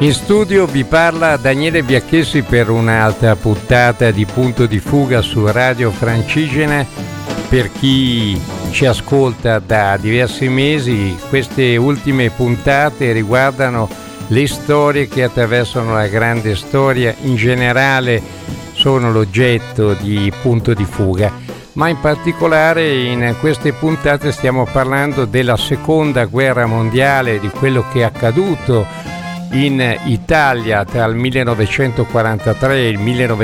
In studio vi parla Daniele Biacchessi per un'altra puntata di Punto di Fuga su Radio Francigena. Per chi ci ascolta da diversi mesi, queste ultime puntate riguardano le storie che attraversano la grande storia, in generale sono l'oggetto di Punto di Fuga, ma in particolare in queste puntate stiamo parlando della Seconda Guerra Mondiale, di quello che è accaduto in Italia tra il 1943 e il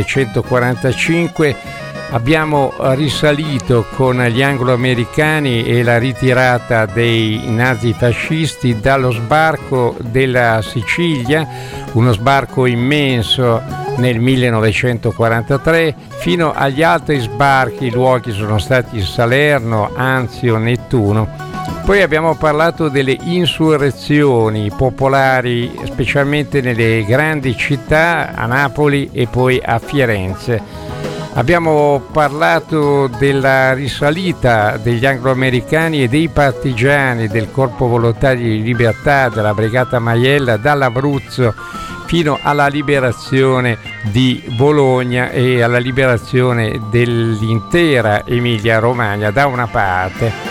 1945. Abbiamo risalito con gli anglo-americani e la ritirata dei nazifascisti dallo sbarco della Sicilia, uno sbarco immenso nel 1943, fino agli altri sbarchi. I luoghi sono stati Salerno, Anzio, Nettuno. Poi abbiamo parlato delle insurrezioni popolari, specialmente nelle grandi città, a Napoli e poi a Firenze. Abbiamo parlato della risalita degli anglo-americani e dei partigiani del Corpo Volontario di Libertà, della Brigata Maiella, dall'Abruzzo fino alla liberazione di Bologna e alla liberazione dell'intera Emilia-Romagna da una parte.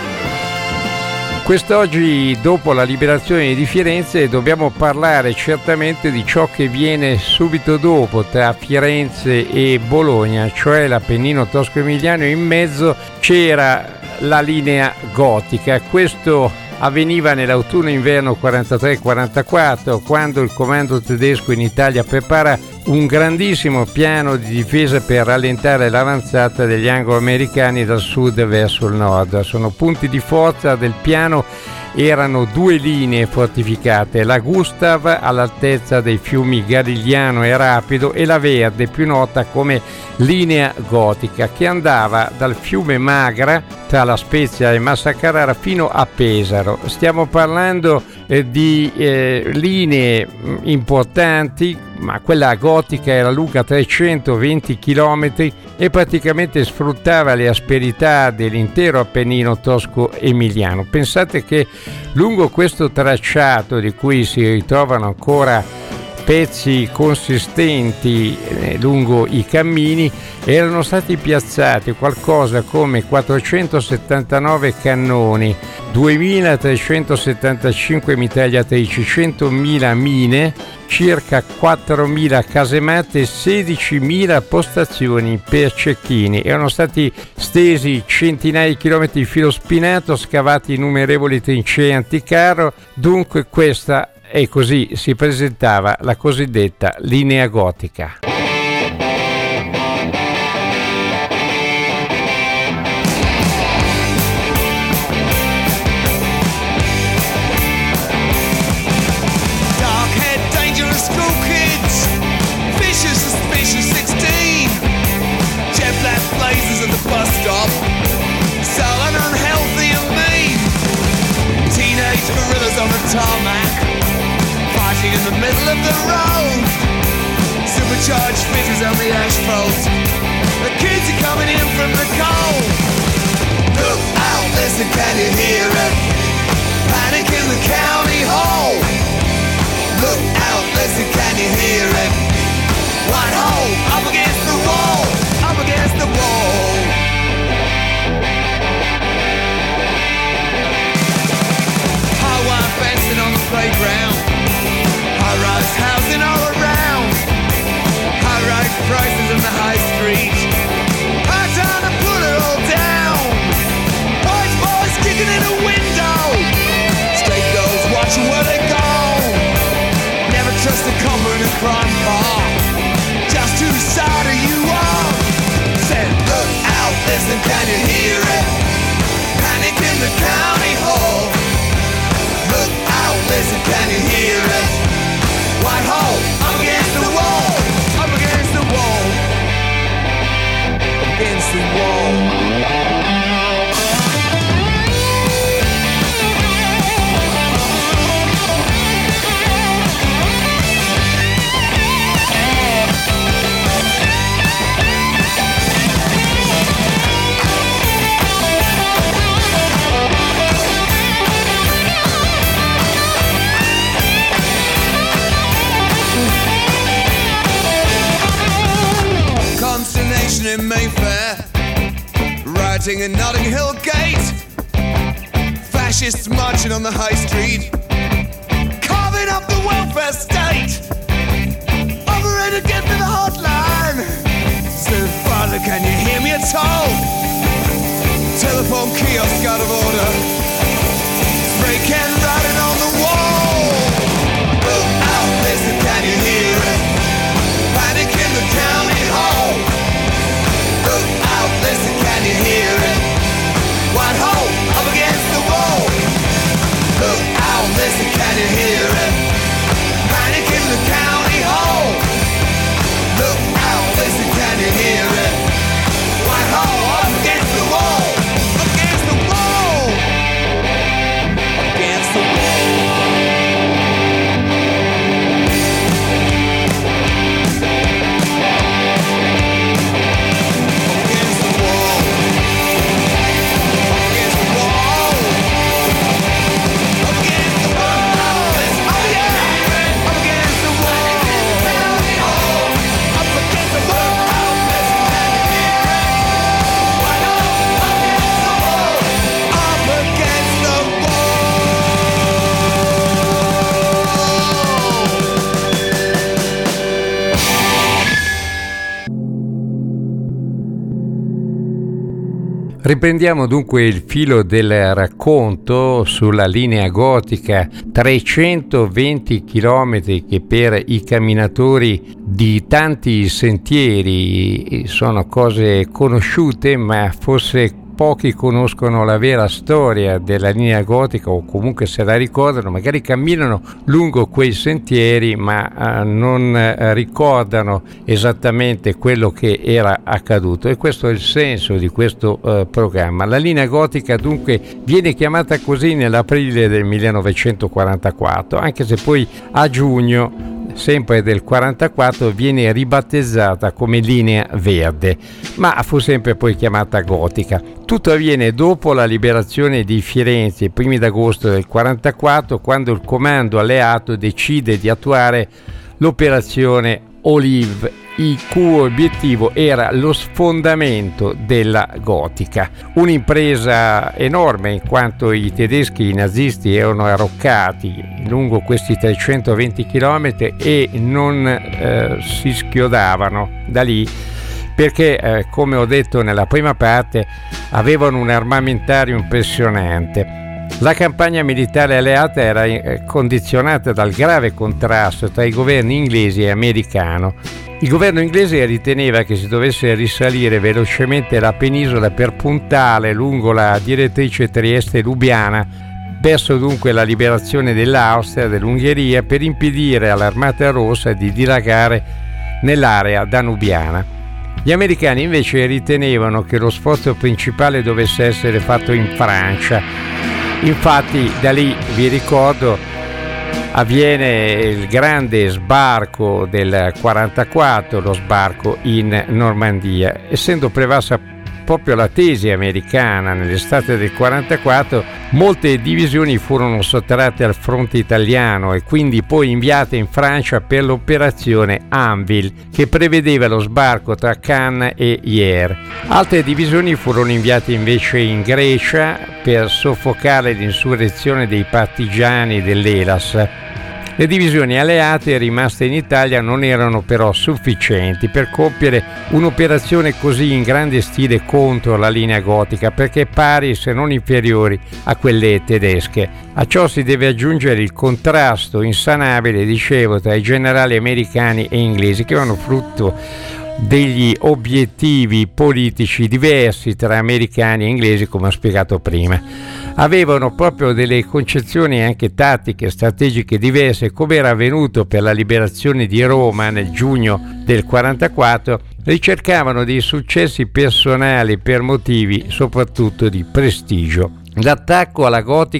Quest'oggi, dopo la liberazione di Firenze, dobbiamo parlare certamente di ciò che viene subito dopo, tra Firenze e Bologna, cioè l'Appennino tosco-emiliano. In mezzo c'era la linea gotica. Questo avveniva nell'autunno-inverno 43-44, quando il comando tedesco in Italia prepara un grandissimo piano di difesa per rallentare l'avanzata degli anglo-americani dal sud verso il nord. Sono punti di forza del piano. Erano due linee fortificate, la Gustav all'altezza dei fiumi Garigliano e Rapido e la Verde, più nota come linea gotica, che andava dal fiume Magra tra La Spezia e Massa Carrara fino a Pesaro. Stiamo parlando di linee importanti, ma quella gotica era lunga 320 km e praticamente sfruttava le asperità dell'intero Appennino tosco-emiliano. Pensate che lungo questo tracciato, di cui si ritrovano ancora pezzi consistenti lungo i cammini, erano stati piazzati qualcosa come 479 cannoni, 2375 mitragliatrici, 100.000 mine, circa 4.000 casematte e 16.000 postazioni per cecchini. Erano stati stesi centinaia di chilometri di filo spinato, scavati innumerevoli trincee anticarro. Dunque questa e così si presentava la cosiddetta linea gotica. In the middle of the road, supercharged fizzes on the asphalt. The kids are coming in from the cold. Look out, listen, can you hear it? Panic in the county hall. Look out, listen, can you hear it? One hole, up against the wall, up against the wall. High wire fencing on the playground. High-rise housing all around. High-rise prices in the high street. High time to put it all down. White boys kicking in a window. Scapegoats rioting in Notting Hill Gate, fascists marching on the high street, carving up the welfare state. Operator, get me the hotline. Said, Father, can you hear me at all? Telephone kiosk out of order, spray can writing on the wall. Look out, listen, can you hear it? Panic in the county hall. Look out, listen, can you hear it? Whitehall, up against the wall. Look out, listen, can you hear it? Panic in the county hall. Look out, listen, can you hear it? Whitehall, up against the wall. Against the wall. Against the wall. Riprendiamo dunque il filo del racconto sulla linea gotica, 320 chilometri che per i camminatori di tanti sentieri sono cose conosciute, ma forse pochi conoscono la vera storia della linea gotica, o comunque se la ricordano, magari camminano lungo quei sentieri ma non ricordano esattamente quello che era accaduto, e questo è il senso di questo programma. La linea gotica dunque viene chiamata così nell'aprile del 1944, anche se poi a giugno sempre del 44 viene ribattezzata come linea verde, ma fu sempre poi chiamata gotica. Tutto avviene dopo la liberazione di Firenze, i primi d'agosto del 44, quando il comando alleato decide di attuare l'operazione Olive, il cui obiettivo era lo sfondamento della gotica. Un'impresa enorme, in quanto i tedeschi, i nazisti, erano arroccati lungo questi 320 km e non si schiodavano da lì, perché come ho detto nella prima parte avevano un armamentario impressionante. La campagna militare alleata era condizionata dal grave contrasto tra i governi inglesi e americano. Il governo inglese riteneva che si dovesse risalire velocemente la penisola per puntare lungo la direttrice Trieste-Lubiana, verso dunque la liberazione dell'Austria, dell'Ungheria, per impedire all'Armata Rossa di dilagare nell'area danubiana. Gli americani invece ritenevano che lo sforzo principale dovesse essere fatto in Francia. Infatti da lì, vi ricordo, avviene il grande sbarco del 44, lo sbarco in Normandia. Essendo prevalsa proprio la tesi americana nell'estate del 44, molte divisioni furono sottratte al fronte italiano e quindi poi inviate in Francia per l'operazione Anvil, che prevedeva lo sbarco tra Cannes e Hyères. Altre divisioni furono inviate invece in Grecia per soffocare l'insurrezione dei partigiani dell'Elas. Le divisioni alleate rimaste in Italia non erano però sufficienti per compiere un'operazione così in grande stile contro la linea gotica, perché pari se non inferiori a quelle tedesche. A ciò si deve aggiungere il contrasto insanabile, dicevo, tra i generali americani e inglesi, che erano frutto degli obiettivi politici diversi tra americani e inglesi, come ho spiegato prima. Avevano proprio delle concezioni anche tattiche, strategiche diverse, come era avvenuto per la liberazione di Roma nel giugno del 44, ricercavano dei successi personali per motivi soprattutto di prestigio. L'attacco alla gotica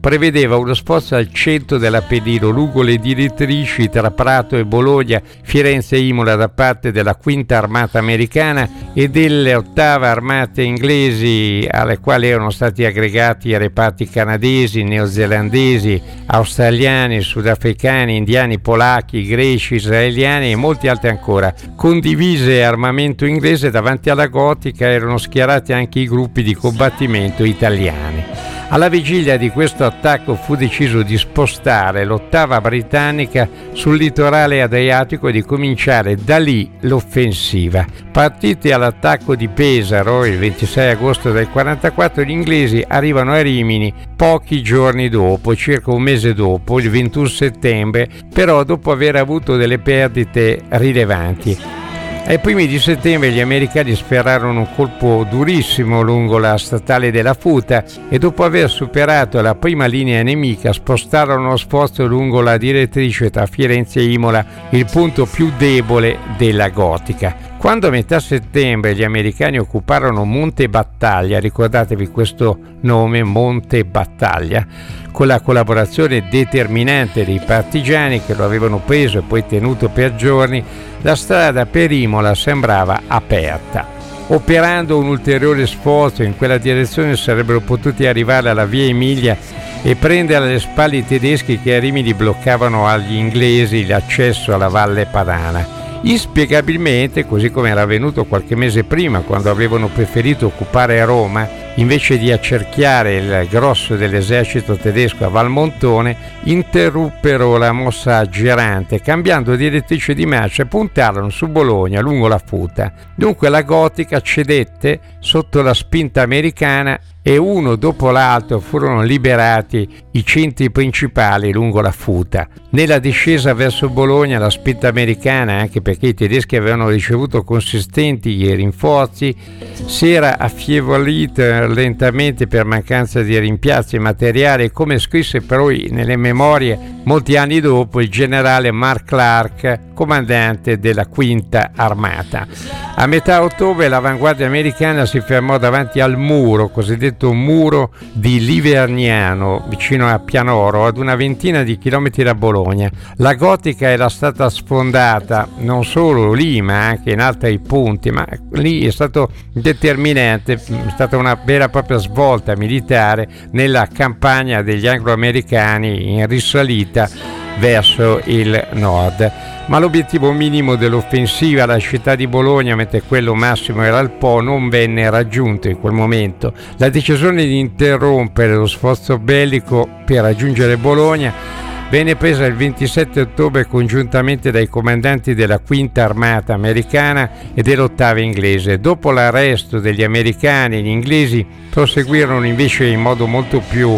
prevedeva uno sforzo al centro dell'Appennino lungo le direttrici tra Prato e Bologna, Firenze e Imola da parte della Quinta Armata Americana e delle Ottave Armate Inglesi, alle quali erano stati aggregati reparti canadesi, neozelandesi, australiani, sudafricani, indiani, polacchi, greci, israeliani e molti altri ancora. Condivise armamento inglese, davanti alla Gotica erano schierati anche i gruppi di combattimento italiani. Alla vigilia di questo attacco fu deciso di spostare l'Ottava britannica sul litorale adriatico e di cominciare da lì l'offensiva. Partiti all'attacco di Pesaro il 26 agosto del 44, gli inglesi arrivano a Rimini pochi giorni dopo, circa un mese dopo, il 21 settembre, però dopo aver avuto delle perdite rilevanti. Ai primi di settembre gli americani sferrarono un colpo durissimo lungo la statale della Futa e dopo aver superato la prima linea nemica spostarono lo sforzo lungo la direttrice tra Firenze e Imola, il punto più debole della Gotica. Quando a metà settembre gli americani occuparono Monte Battaglia, ricordatevi questo nome, Monte Battaglia, con la collaborazione determinante dei partigiani che lo avevano preso e poi tenuto per giorni, la strada per Imola sembrava aperta. Operando un ulteriore sforzo in quella direzione sarebbero potuti arrivare alla via Emilia e prendere alle spalle i tedeschi che a Rimini bloccavano agli inglesi l'accesso alla Valle Padana. Inspiegabilmente, così come era avvenuto qualche mese prima quando avevano preferito occupare Roma, invece di accerchiare il grosso dell'esercito tedesco a Valmontone, interruppero la mossa aggerante, cambiando direttrice di marcia e puntarono su Bologna lungo la Futa. Dunque la Gotica cedette sotto la spinta americana e uno dopo l'altro furono liberati i centri principali lungo la Futa. Nella discesa verso Bologna la spinta americana, anche perché i tedeschi avevano ricevuto consistenti rinforzi, si era affievolita lentamente per mancanza di rimpiazzi materiali, come scrisse poi nelle memorie molti anni dopo il generale Mark Clark, comandante della Quinta Armata. A metà ottobre l'avanguardia americana si fermò davanti al muro, cosiddetto muro di Liverniano, vicino a Pianoro, ad una ventina di chilometri da Bologna. La Gotica era stata sfondata non solo lì, ma anche in altri punti, ma lì è stato determinante, è stata una vera e propria svolta militare nella campagna degli anglo-americani in risalita verso il nord. Ma l'obiettivo minimo dell'offensiva alla città di Bologna, mentre quello massimo era il Po, non venne raggiunto in quel momento. La decisione di interrompere lo sforzo bellico per raggiungere Bologna venne presa il 27 ottobre congiuntamente dai comandanti della Quinta Armata Americana e dell'Ottava Inglese. Dopo l'arresto degli americani, gli inglesi proseguirono invece in modo molto più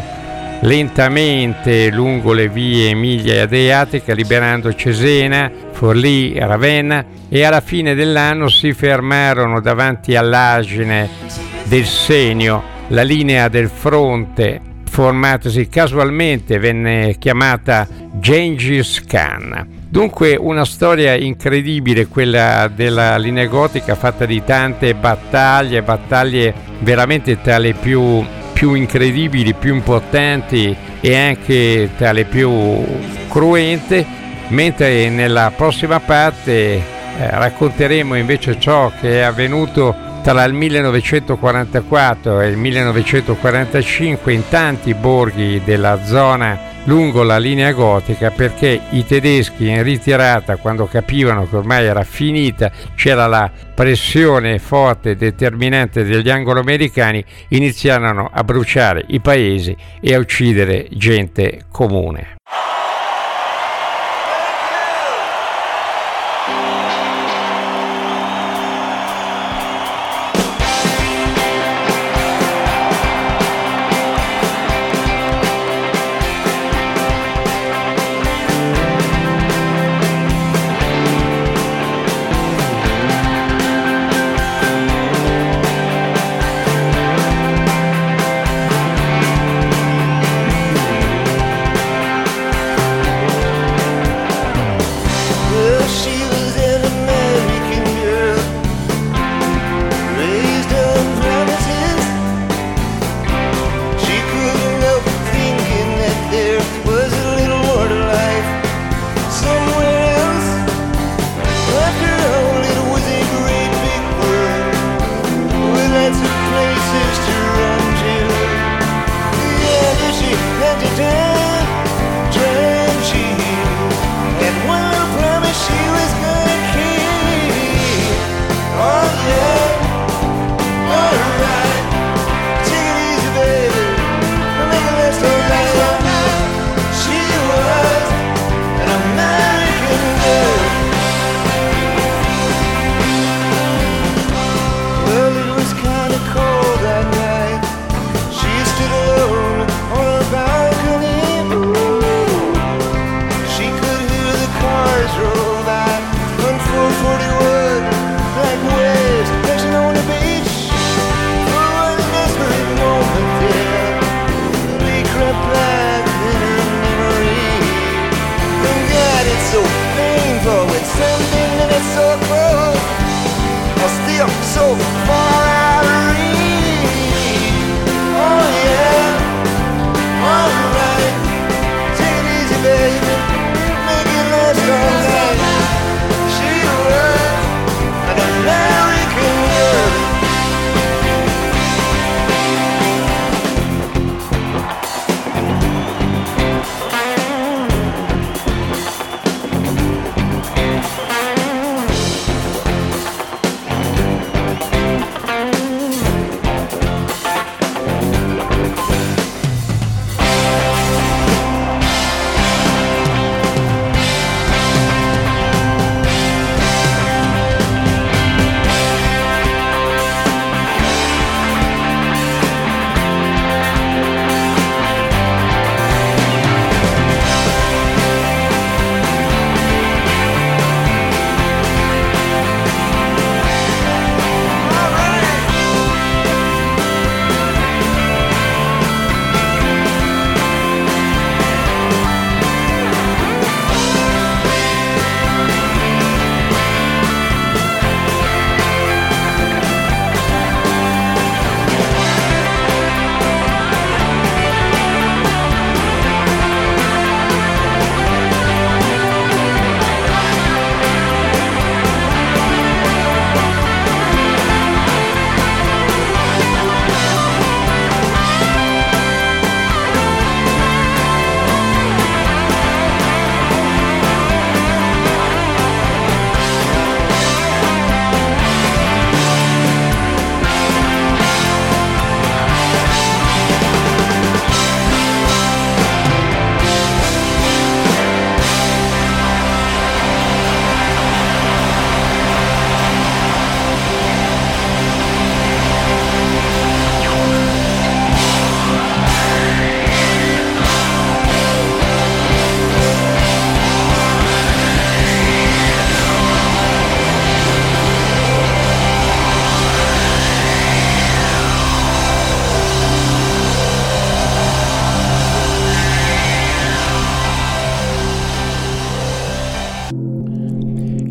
lentamente lungo le vie Emilia e Adriatica, liberando Cesena, Forlì, Ravenna, e alla fine dell'anno si fermarono davanti all'argine del Senio. La linea del fronte, formatasi casualmente, venne chiamata Gengis Khan. Dunque una storia incredibile quella della linea gotica, fatta di tante battaglie veramente tra le più incredibili, più importanti e anche tra le più cruente, mentre nella prossima parte racconteremo invece ciò che è avvenuto tra il 1944 e il 1945 in tanti borghi della zona lungo la linea gotica, perché i tedeschi in ritirata, quando capivano che ormai era finita, c'era la pressione forte e determinante degli anglo-americani, iniziarono a bruciare i paesi e a uccidere gente comune.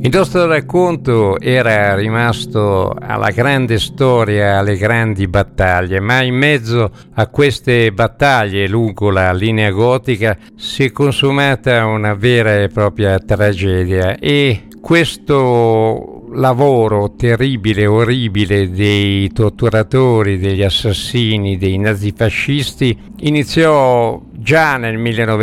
Il nostro racconto era rimasto alla grande storia, alle grandi battaglie, ma in mezzo a queste battaglie lungo la linea gotica si è consumata una vera e propria tragedia, e questo lavoro terribile, orribile dei torturatori, degli assassini, dei nazifascisti iniziò già nel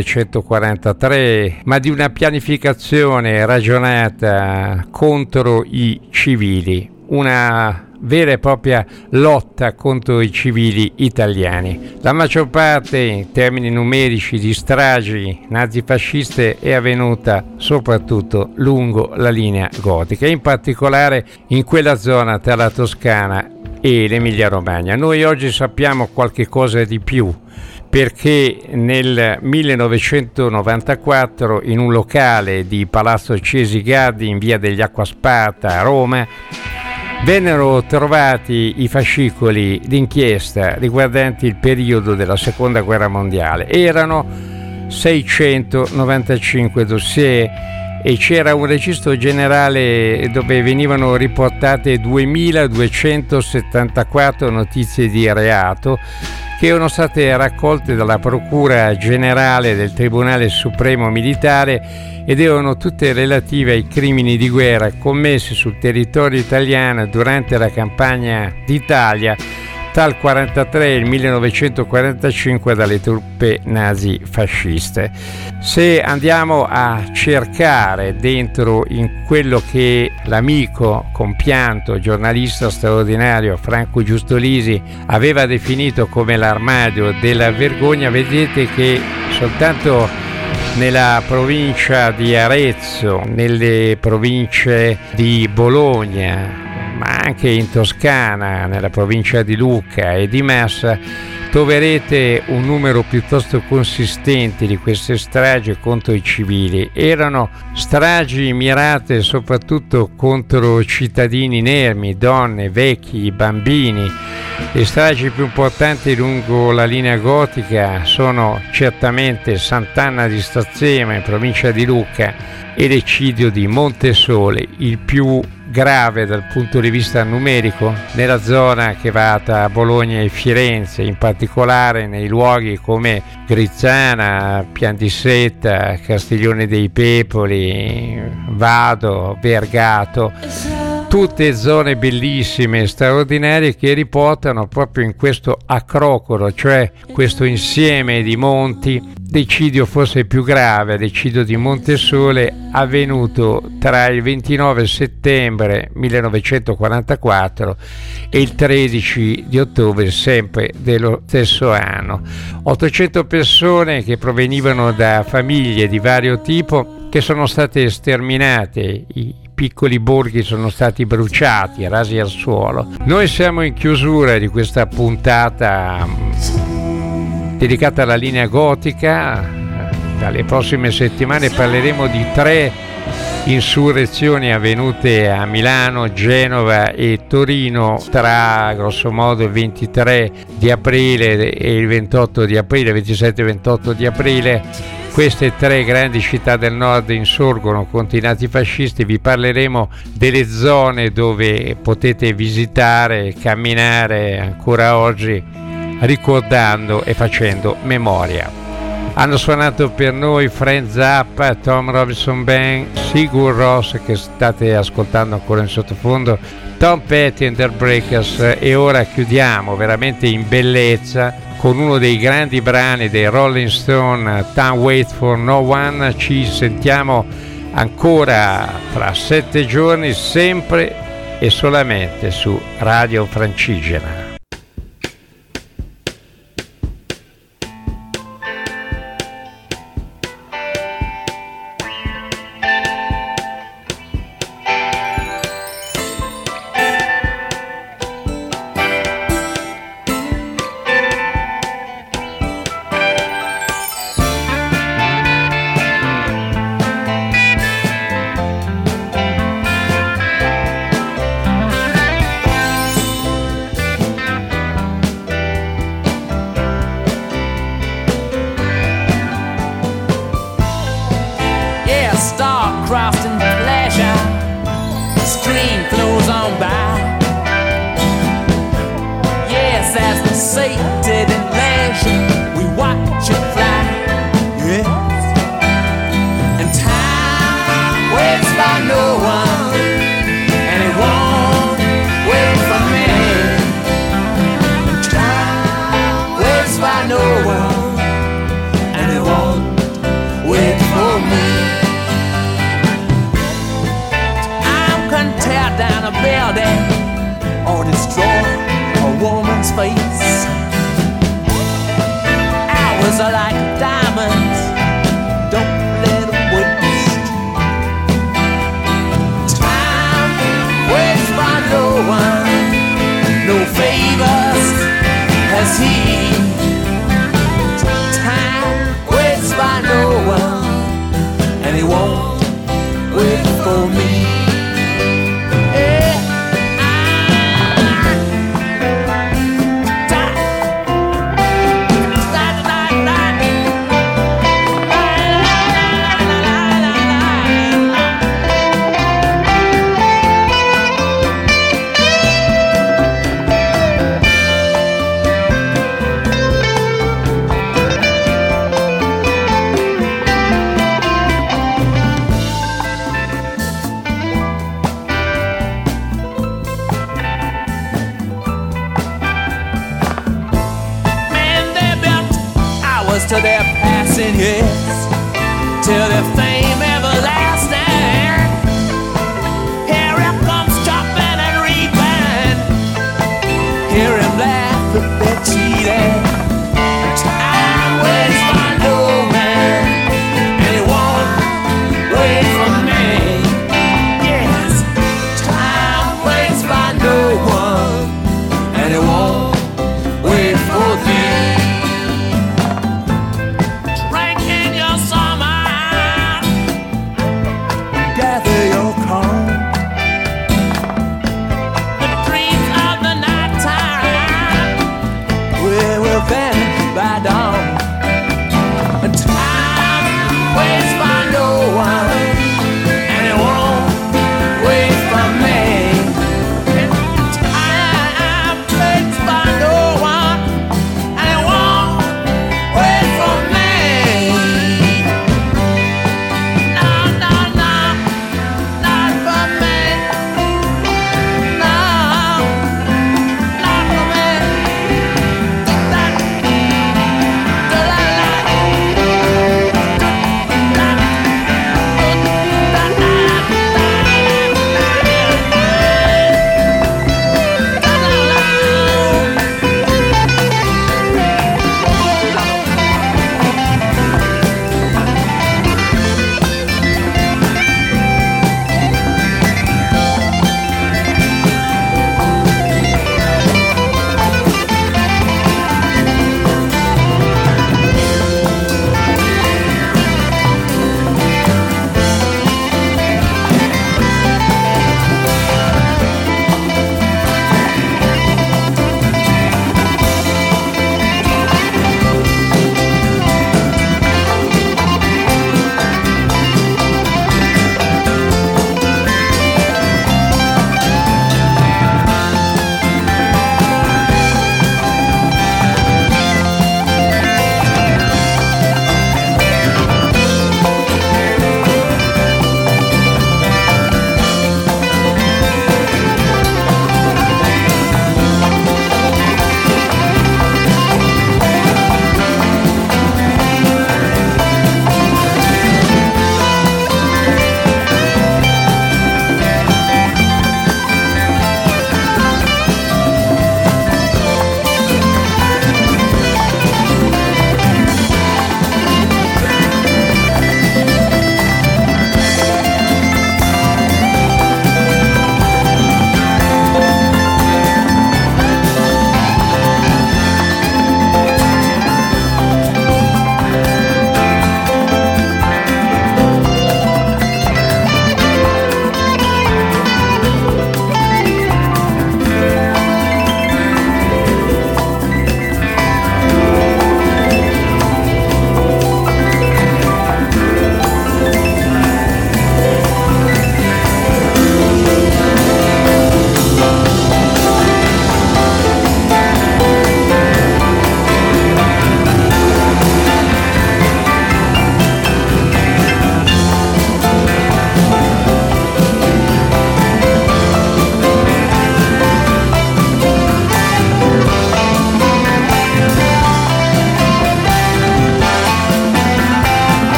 1943, ma di una pianificazione ragionata contro i civili, una vera e propria lotta contro i civili italiani. La maggior parte, in termini numerici, di stragi nazifasciste è avvenuta soprattutto lungo la linea gotica, in particolare in quella zona tra la Toscana e l'Emilia Romagna. Noi oggi sappiamo qualche cosa di più, perché nel 1994 in un locale di Palazzo Cesi Gaddi in via degli Acquasparta a Roma vennero trovati i fascicoli d'inchiesta riguardanti il periodo della Seconda Guerra Mondiale. Erano 695 dossier e c'era un registro generale dove venivano riportate 2274 notizie di reato che erano state raccolte dalla Procura Generale del Tribunale Supremo Militare ed erano tutte relative ai crimini di guerra commessi sul territorio italiano durante la campagna d'Italia tra il 1943 e il 1945 dalle truppe nazi-fasciste. Se andiamo a cercare dentro in quello che l'amico compianto giornalista straordinario Franco Giustolisi aveva definito come l'armadio della vergogna, vedete che soltanto nella provincia di Arezzo, nelle province di Bologna, ma anche in Toscana, nella provincia di Lucca e di Massa, troverete un numero piuttosto consistente di queste stragi contro i civili. Erano stragi mirate soprattutto contro cittadini inermi, donne, vecchi, bambini. Le stragi più importanti lungo la linea gotica sono certamente Sant'Anna di Stazzema in provincia di Lucca e l'eccidio di Montesole, il più grave dal punto di vista numerico nella zona che va tra Bologna e Firenze, in particolare nei luoghi come Grizzana, Piandisetta, Castiglione dei Pepoli, Vado, Vergato. Tutte zone bellissime, straordinarie, che riportano proprio in questo acrocolo, cioè questo insieme di monti, l'eccidio forse più grave, l'eccidio di Montesole, avvenuto tra il 29 settembre 1944 e il 13 di ottobre sempre dello stesso anno. 800 persone che provenivano da famiglie di vario tipo che sono state sterminate, i piccoli borghi sono stati bruciati, rasi al suolo. Noi siamo in chiusura di questa puntata dedicata alla linea gotica. Dalle prossime settimane parleremo di 3 insurrezioni avvenute a Milano, Genova e Torino tra grosso modo il 23 di aprile e il 28 di aprile, 27 e 28 di aprile. Queste 3 grandi città del nord insorgono contro i nazifascisti. Vi parleremo delle zone dove potete visitare e camminare ancora oggi, ricordando e facendo memoria. Hanno suonato per noi Frank Zappa, Tom Robinson Band, Sigur Rós, che state ascoltando ancora in sottofondo, Tom Petty and the Breakers, e ora chiudiamo veramente in bellezza con uno dei grandi brani dei Rolling Stone, Time Wait for No One. Ci sentiamo ancora fra 7 giorni, sempre e solamente su Radio Francigena. Star-crossed in pleasure. sated in leisure, we watch it fly. Yes. And time waits for no one, and it won't wait for me. And time waits for no one, and it won't wait for me. I'm gonna tear down a building or destroy a woman's face. Hours are like diamonds, don't let them waste. Time waits for no one, no favors has he. Time waits for no one, and he won't wait for me. To their passing years, till their fame